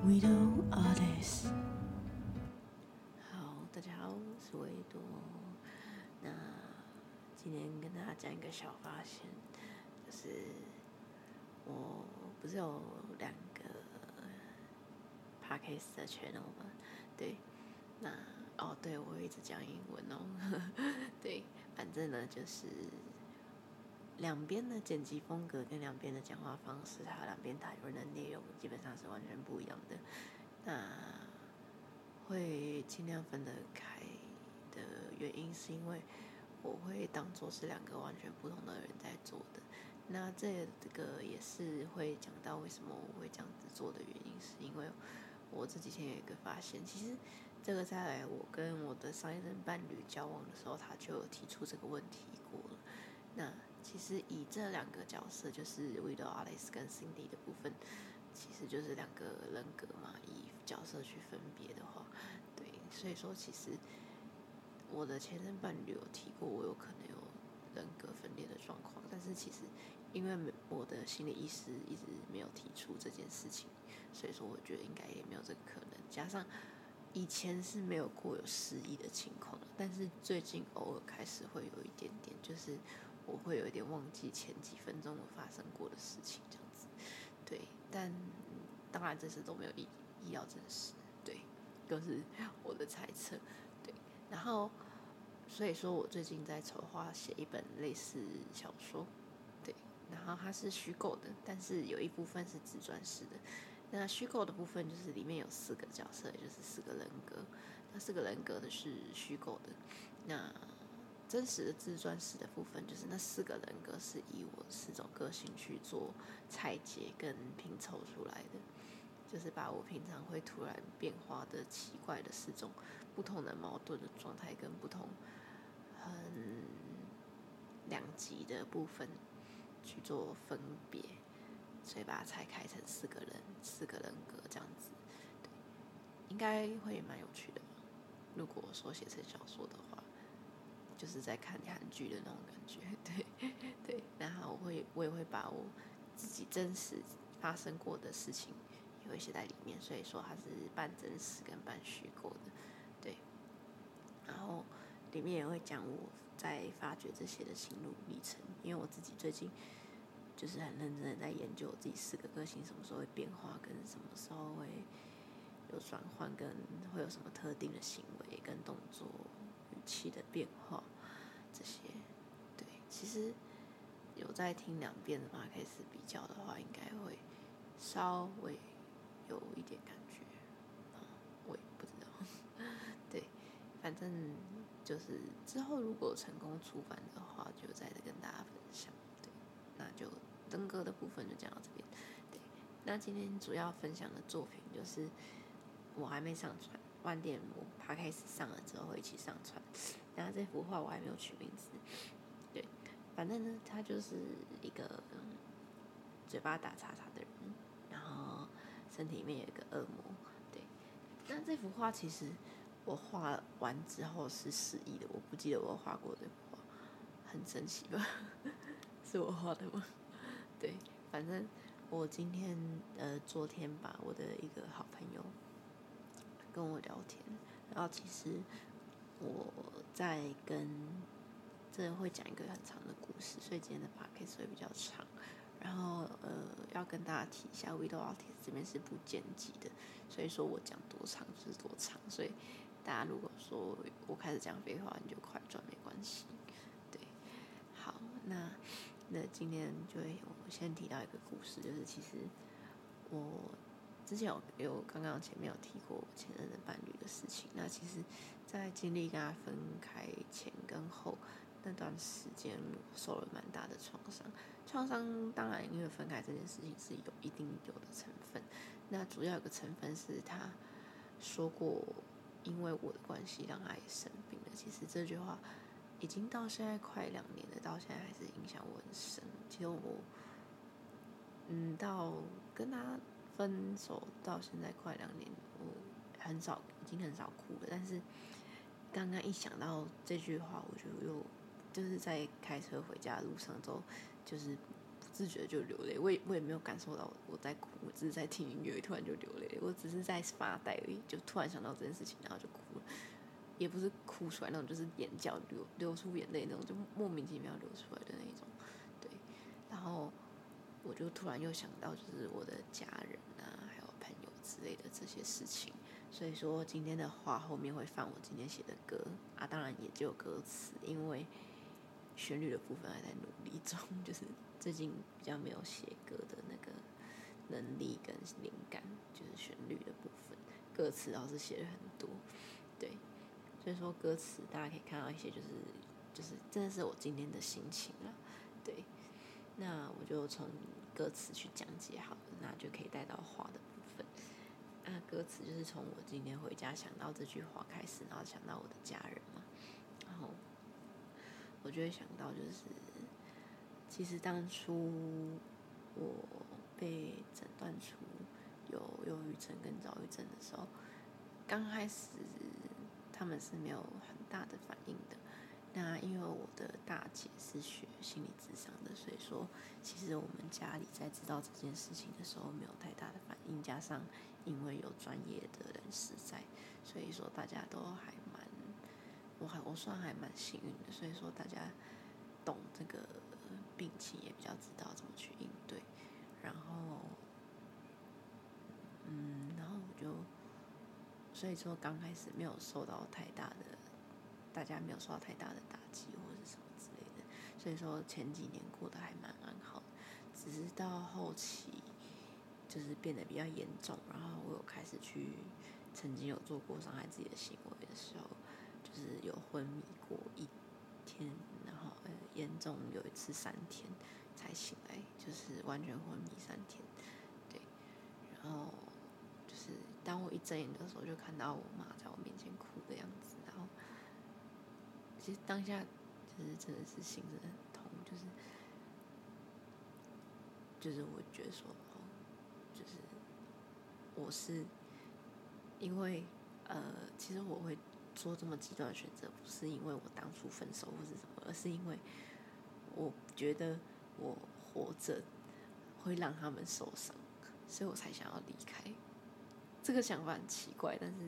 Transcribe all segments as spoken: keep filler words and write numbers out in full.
Widow Artist。 好，大家好，我是维多。那今天跟大家讲一个小发现，就是我不是有两个 podcast 的 channel 吗？对，那哦，对我一直讲英文哦，对，反正呢就是两边的剪辑风格跟两边的讲话方式，还有两边讨论的内容，基本上是完全不一样的。那会尽量分得开的原因，是因为我会当作是两个完全不同的人在做的。那这个也是会讲到为什么我会这样子做的原因，是因为我这几天有一个发现，其实这个在我跟我的上一任伴侣交往的时候，他就有提出这个问题过了。那其实以这两个角色，就是 Widow Alice 跟 Cindy 的部分，其实就是两个人格嘛，以角色去分别的话，对，所以说其实我的前任伴侣有提过我有可能有人格分裂的状况，但是其实因为我的心理医师一直没有提出这件事情，所以说我觉得应该也没有这个可能。加上以前是没有过有失忆的情况，但是最近偶尔开始会有一点点，就是我会有一点忘记前几分钟发生过的事情，这样子。对，但当然这次都没有医医药证实，对，都是我的猜测，对。然后，所以说我最近在筹划写一本类似小说，对，然后它是虚构的，但是有一部分是自传式的。那虚构的部分就是里面有四个角色，也就是四个人格。那四个人格的是虚构的，那真实的自传式的部分就是那四个人格是以我四种个性去做拆解跟拼凑出来的，就是把我平常会突然变化的奇怪的四种不同的矛盾的状态跟不同很两极的部分去做分别，所以把它拆开成四个人四个人格这样子，对，应该会蛮有趣的。如果说写成小说的话，就是在看韩剧的那种感觉，对对。然后我会我也会把我自己真实发生过的事情也会写在里面，所以说它是半真实跟半虚构的，对。然后里面也会讲我在发掘这些的心路历程，因为我自己最近就是很认真的在研究我自己四个个性什么时候会变化，跟什么时候会有转换，跟会有什么特定的行为跟动作语气的变化这些。对，其实有在听两遍的 podcast 比较的话，应该会稍微有一点感觉，嗯，我也不知道。对，反正就是之后如果成功出版的话，就再跟大家分享。对，那就登歌的部分就讲到这边。对，那今天主要分享的作品就是我还没上传，晚点我 podcast 上了之后会一起上传。然后这幅画我还没有取名字，对，反正呢，他就是一个、嗯、嘴巴打叉叉的人，然后身体里面有一个恶魔，对。那这幅画其实我画完之后是失忆的，我不记得我画过这幅画，很神奇吧？是我画的吗？对，反正我今天呃昨天吧，我的一个好朋友跟我聊天，然后其实我在跟这会讲一个很长的故事，所以今天的 podcast 会比较长。然后呃，要跟大家提一下 ，Widow Artist 这边是不剪辑的，所以说我讲多长就是多长。所以大家如果说我开始讲废话，你就快转没关系。对，好，那那今天就会我先提到一个故事，就是其实我之前有有刚刚前面有提过我前任的伴侣的事情。那其实，在经历跟他分开前跟后那段时间，受了蛮大的创伤。创伤当然因为分开这件事情是有一定有的成分，那主要有个成分是他说过，因为我的关系让他也生病了。其实这句话已经到现在快两年了，到现在还是影响我很深。其实我，嗯，到跟他分手到现在快两年，我很少，已经很少哭了。但是刚刚一想到这句话，我就又就是在开车回家的路上之后，就是不自觉就流泪，我也我也没有感受到我在哭，我只是在听音乐，突然就流泪，我只是在发呆而已，就突然想到这件事情，然后就哭了，也不是哭出来那种，就是眼角流流出眼泪那种，就莫名其妙流出来的那种，对，然后我就突然又想到，就是我的家人啊，还有朋友之类的这些事情，所以说今天的话后面会放我今天写的歌啊，当然也就有歌词，因为旋律的部分还在努力中，就是最近比较没有写歌的那个能力跟灵感，就是旋律的部分，歌词倒是写了很多，对，所以说歌词大家可以看到一些就是就是真的是我今天的心情啦，对，那我就从歌词去讲解好了，那就可以带到话的部分。那歌词就是从我今天回家想到这句话开始，然后想到我的家人嘛，然后我就会想到就是，其实当初我被诊断出有忧郁症跟躁郁症的时候，刚开始他们是没有很大的反应的。那因为我的大姐是学心理咨商的，所以说其实我们家里在知道这件事情的时候没有太大的反应，加上因为有专业的人士在，所以说大家都还蛮，我还我算还蛮幸运的，所以说大家懂这个病情，也比较知道怎么去应对，然后，嗯，然后我就，所以说刚开始没有受到太大的，大家没有受到太大的打击或者是什么之类的，所以说前几年过得还蛮安好的，只是到后期就是变得比较严重，然后我有开始去曾经有做过伤害自己的行为的时候，就是有昏迷过一天，然后呃严重有一次三天才醒来，就是完全昏迷三天，对，然后就是当我一睁眼的时候，就看到我妈在我面前哭的样子，然后其实当下就是真的是心真的很痛，就是就是我觉得说哦，就是我是因为呃，其实我会做这么极端的选择，不是因为我当初分手或是什么，而是因为我觉得我活着会让他们受伤，所以我才想要离开。这个想法很奇怪，但是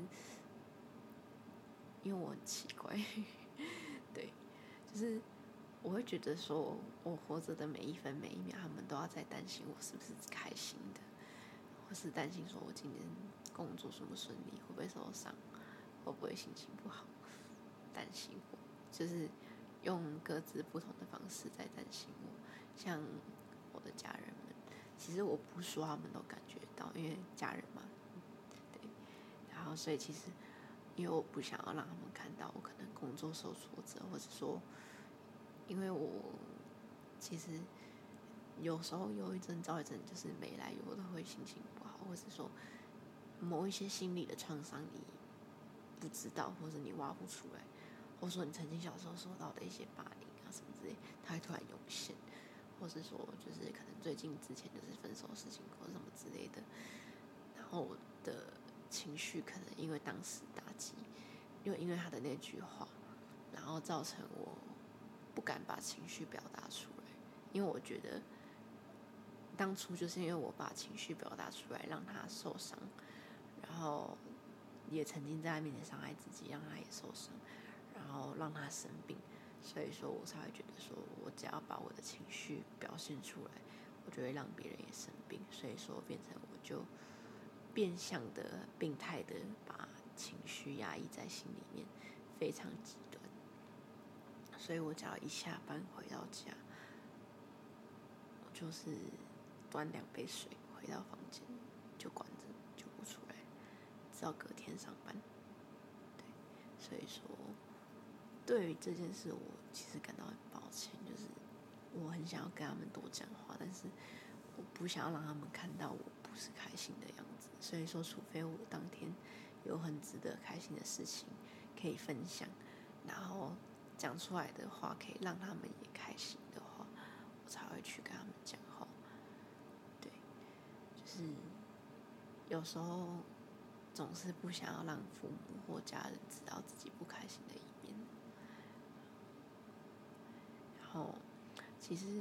因为我很奇怪，对，就是我会觉得说，我活着的每一分每一秒，他们都要在担心我是不是开心的，或是担心说我今天工作顺不顺利，会不会受伤，会不会心情不好，担心我，就是用各自不同的方式在担心我。像我的家人们，其实我不说他们都感觉到，因为家人嘛，对，然后所以其实因为我不想要让他们看到我可能工作受挫折，或者说因为我其实有时候忧郁症、躁郁症就是没来由的会心情不好，或者说某一些心理的创伤你不知道，或者你挖不出来，或者说你曾经小时候受到的一些霸凌啊什么之类，它会突然涌现，或是说就是可能最近之前就是分手的事情或者什么之类的，然后我的情绪可能因为当时打击，因为因为他的那句话，然后造成我不敢把情绪表达出来，因为我觉得当初就是因为我把情绪表达出来，让他受伤，然后也曾经在他面前伤害自己，让他也受伤，然后让他生病，所以说我才会觉得说我只要把我的情绪表现出来，我就会让别人也生病，所以说变成我就变相的病态的把情绪压抑在心里面，非常极端，所以我只要一下班回到家，我就是端两杯水回到房间就关着就不出来，直到隔天上班。对，所以说对于这件事我其实感到很抱歉，就是我很想要跟他们多讲话，但是我不想要让他们看到我不是开心的样子，所以说除非我当天有很值得开心的事情可以分享，然后讲出来的话可以让他们也开心的话，我才会去跟他们讲话。对，就是有时候总是不想要让父母或家人知道自己不开心的一面。然后其实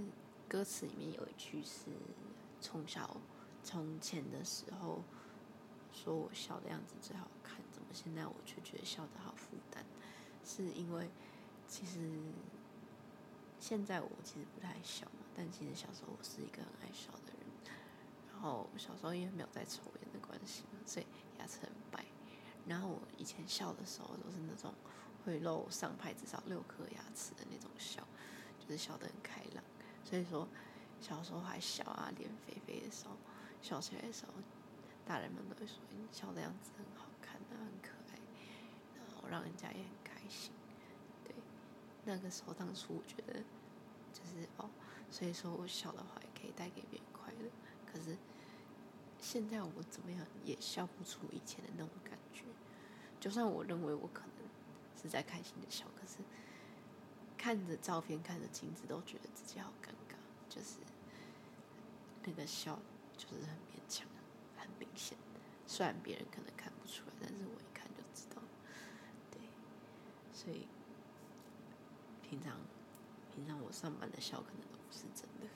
歌词里面有一句是从小从前的时候说我笑的样子最好看，怎么现在我却觉得笑得好负担？是因为其实现在我其实不太笑嘛，但其实小时候我是一个很爱笑的人。然后小时候因为没有在抽烟的关系嘛，所以牙齿很白。然后我以前笑的时候都是那种会露上排至少六颗牙齿的那种笑，就是笑得很开朗。所以说小时候还小啊，脸肥肥的时候，笑起来的时候，大人们都会说你笑的样子很好看啊，很可爱，然后让人家也很开心。对，那个时候当初我觉得就是哦，所以说我笑的话也可以带给别人快乐。可是现在我怎么样也笑不出以前的那种感觉。就算我认为我可能是在开心的笑，可是看着照片看着镜子都觉得自己好尴尬，就是那个笑就是很勉强很明显，虽然别人可能看不出来，但是我一看就知道。对，所以平常平常我上班的笑可能都不是真的。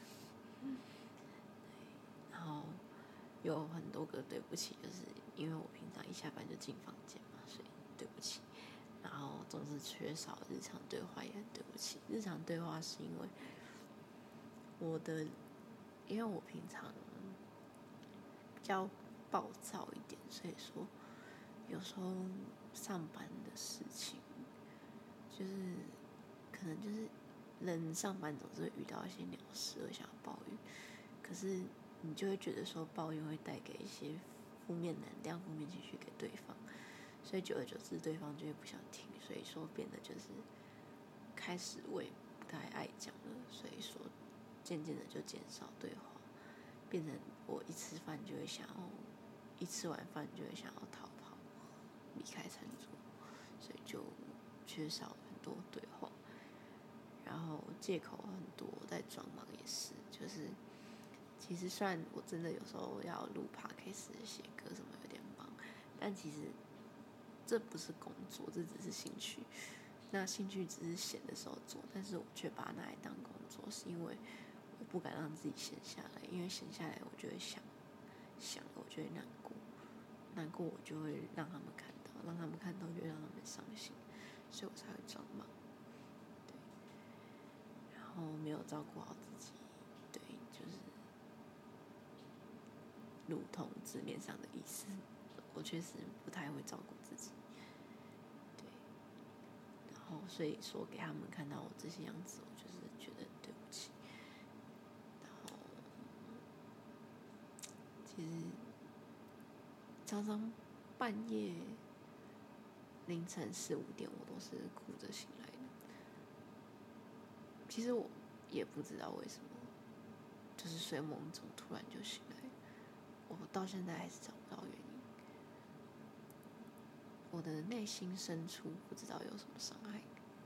然后有很多个对不起，就是因为我平常一下班就进房间嘛，所以对不起。然后总是缺少日常对话，也很对不起。日常对话是因为我的，因为我平常比较暴躁一点，所以说有时候上班的事情，就是可能就是人上班总是会遇到一些鸟事，会想要抱怨，可是你就会觉得说抱怨会带给一些负面能量、负面情绪给对方，所以久而久之对方就会不想听，所以说变得就是开始我也不太爱讲了，所以说渐渐的就减少对话，变成我一吃饭就会想要，一吃完饭就会想要逃跑，离开餐桌，所以就缺少很多对话，然后借口很多，在装忙也是，就是其实虽然我真的有时候要录 podcast 写歌什么有点忙，但其实这不是工作，这只是兴趣。那兴趣只是闲的时候做，但是我却把它拿来当工作，是因为我不敢让自己闲下来，因为闲下来我就会想，想了我就会难过，难过我就会让他们看到，让他们看到就会让他们伤心，所以我才会装忙。对，然后没有照顾好自己，对，就是如同字面上的意思，我确实不太会照顾自己。然后所以说给他们看到我这些样子，我就是觉得对不起。然后其实常常半夜凌晨四五点，我都是哭着醒来的。其实我也不知道为什么，就是睡梦中突然就醒来，我到现在还是找不到原因。我的内心深处不知道有什么伤害，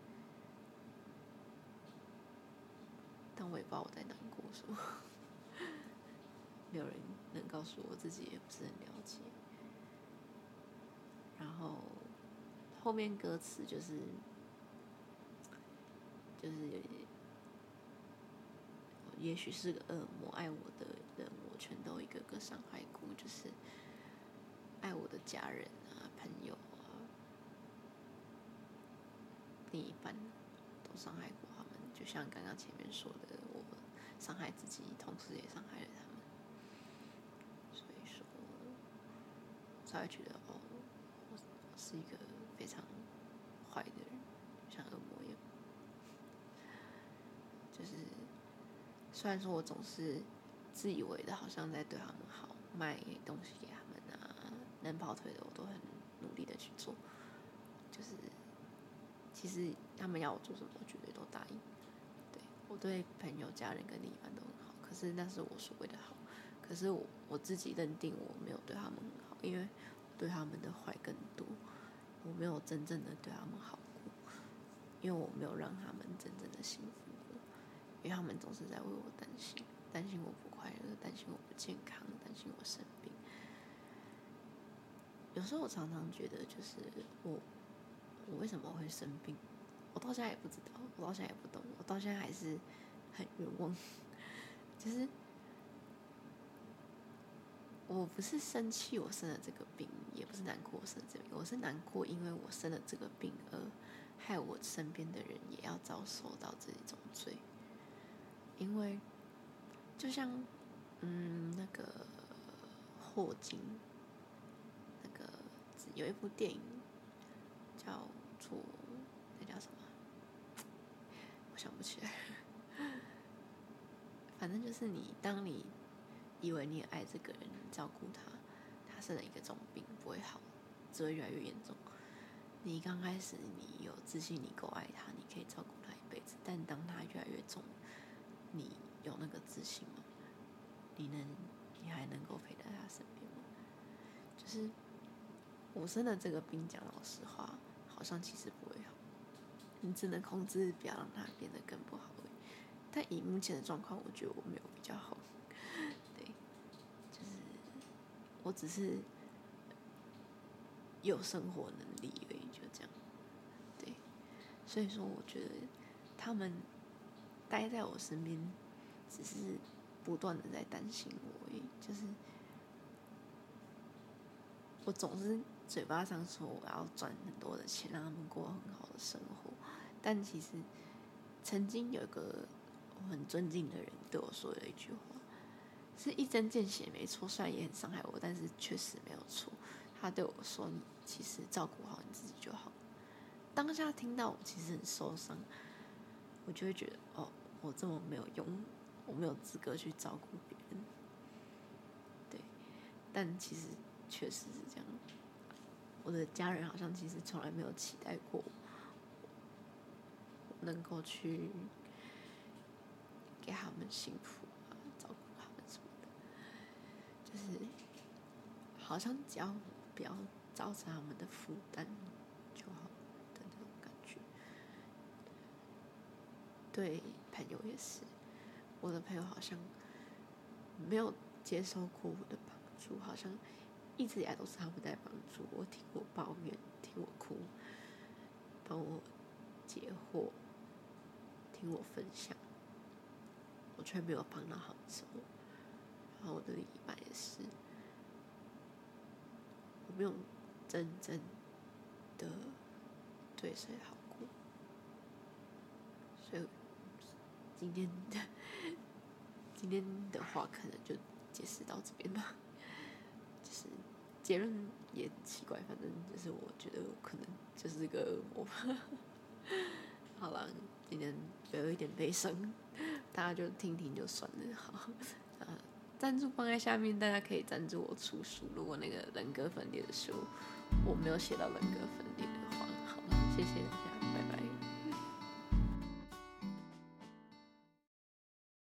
但我也不知道我在难过什么，没有人能告诉我，自己也不是很了解。然后后面歌词就是就是有点，也许是个恶魔，爱我的人我全都一个个伤害过，就是爱我的家人啊、朋友啊、另一半都伤害过他们，就像刚刚前面说的，我伤害自己，同时也伤害了他们，所以说才会觉得哦，我是一个非常坏的人，像恶魔一样。就是虽然说我总是自以为的好像在对他们好，卖东西给他们啊，能跑腿的我都很努力的去做，就是其实他们要我做什么，我绝对都答应。对，我对朋友、家人跟另一半都很好，可是那是我所谓的好，可是我我自己认定我没有对他们很好，因为我对他们的坏更多，我没有真正的对他们好过，因为我没有让他们真正的幸福过，因为他们总是在为我担心，担心我不快乐，担心我不健康，担心我生病。有时候我常常觉得，就是我我为什么会生病，我到现在也不知道，我到现在也不懂，我到现在还是很冤枉。 就是我不是生气我生了这个病，也不是难过我生了这个病，我是难过因为我生了这个病而害我身边的人也要遭受到这种罪。因为就像嗯那个霍金，那个有一部电影叫做那叫什么，我想不起来。反正就是你，当你以为你爱这个人，你照顾他，他生了一个这种病不会好，只会越来越严重。你刚开始你有自信，你够爱他，你可以照顾他一辈子。但当他越来越重，你有那个自信吗？你能，你还能够陪在他身边吗？就是我生了这个病，讲老实话，好像其实不会好。你只能控制不要让它变得更不好而已。但以目前的状况，我觉得我没有比较好。对，就是我只是有生活能力而已，就这样。对，所以说我觉得他们待在我身边，只是不断的在担心我而已。就是我总是嘴巴上说我要赚很多的钱，让他们过很好的生活，但其实曾经有一个我很尊敬的人对我说的一句话，是一针见血，没错，虽然也很伤害我，但是确实没有错。他对我说：“你其实照顾好你自己就好。”当下听到我其实很受伤，我就会觉得哦，我这么没有用，我没有资格去照顾别人。对，但其实确实是这样。我的家人好像其实从来没有期待过我能够去给他们幸福啊，照顾他们什么的，就是好像只要不要造成他们的负担就好的那种感觉。对朋友也是，我的朋友好像没有接受过我的帮助，好像一直以来都是他们在帮助我，听我抱怨，听我哭，帮我解惑，听我分享，我却没有帮到他们什么。然后我的另一半也是，我没有真正的对谁好过，所以今天的今天的话可能就解释到这边吧。就是结论也奇怪，反正就是我觉得我可能就是个恶魔吧。好了，今天有一点悲伤，大家就听听就算了。好，呃，赞助放在下面，大家可以赞助我出书。如果那个人格分裂的书我没有写到人格分裂的话，好了，谢谢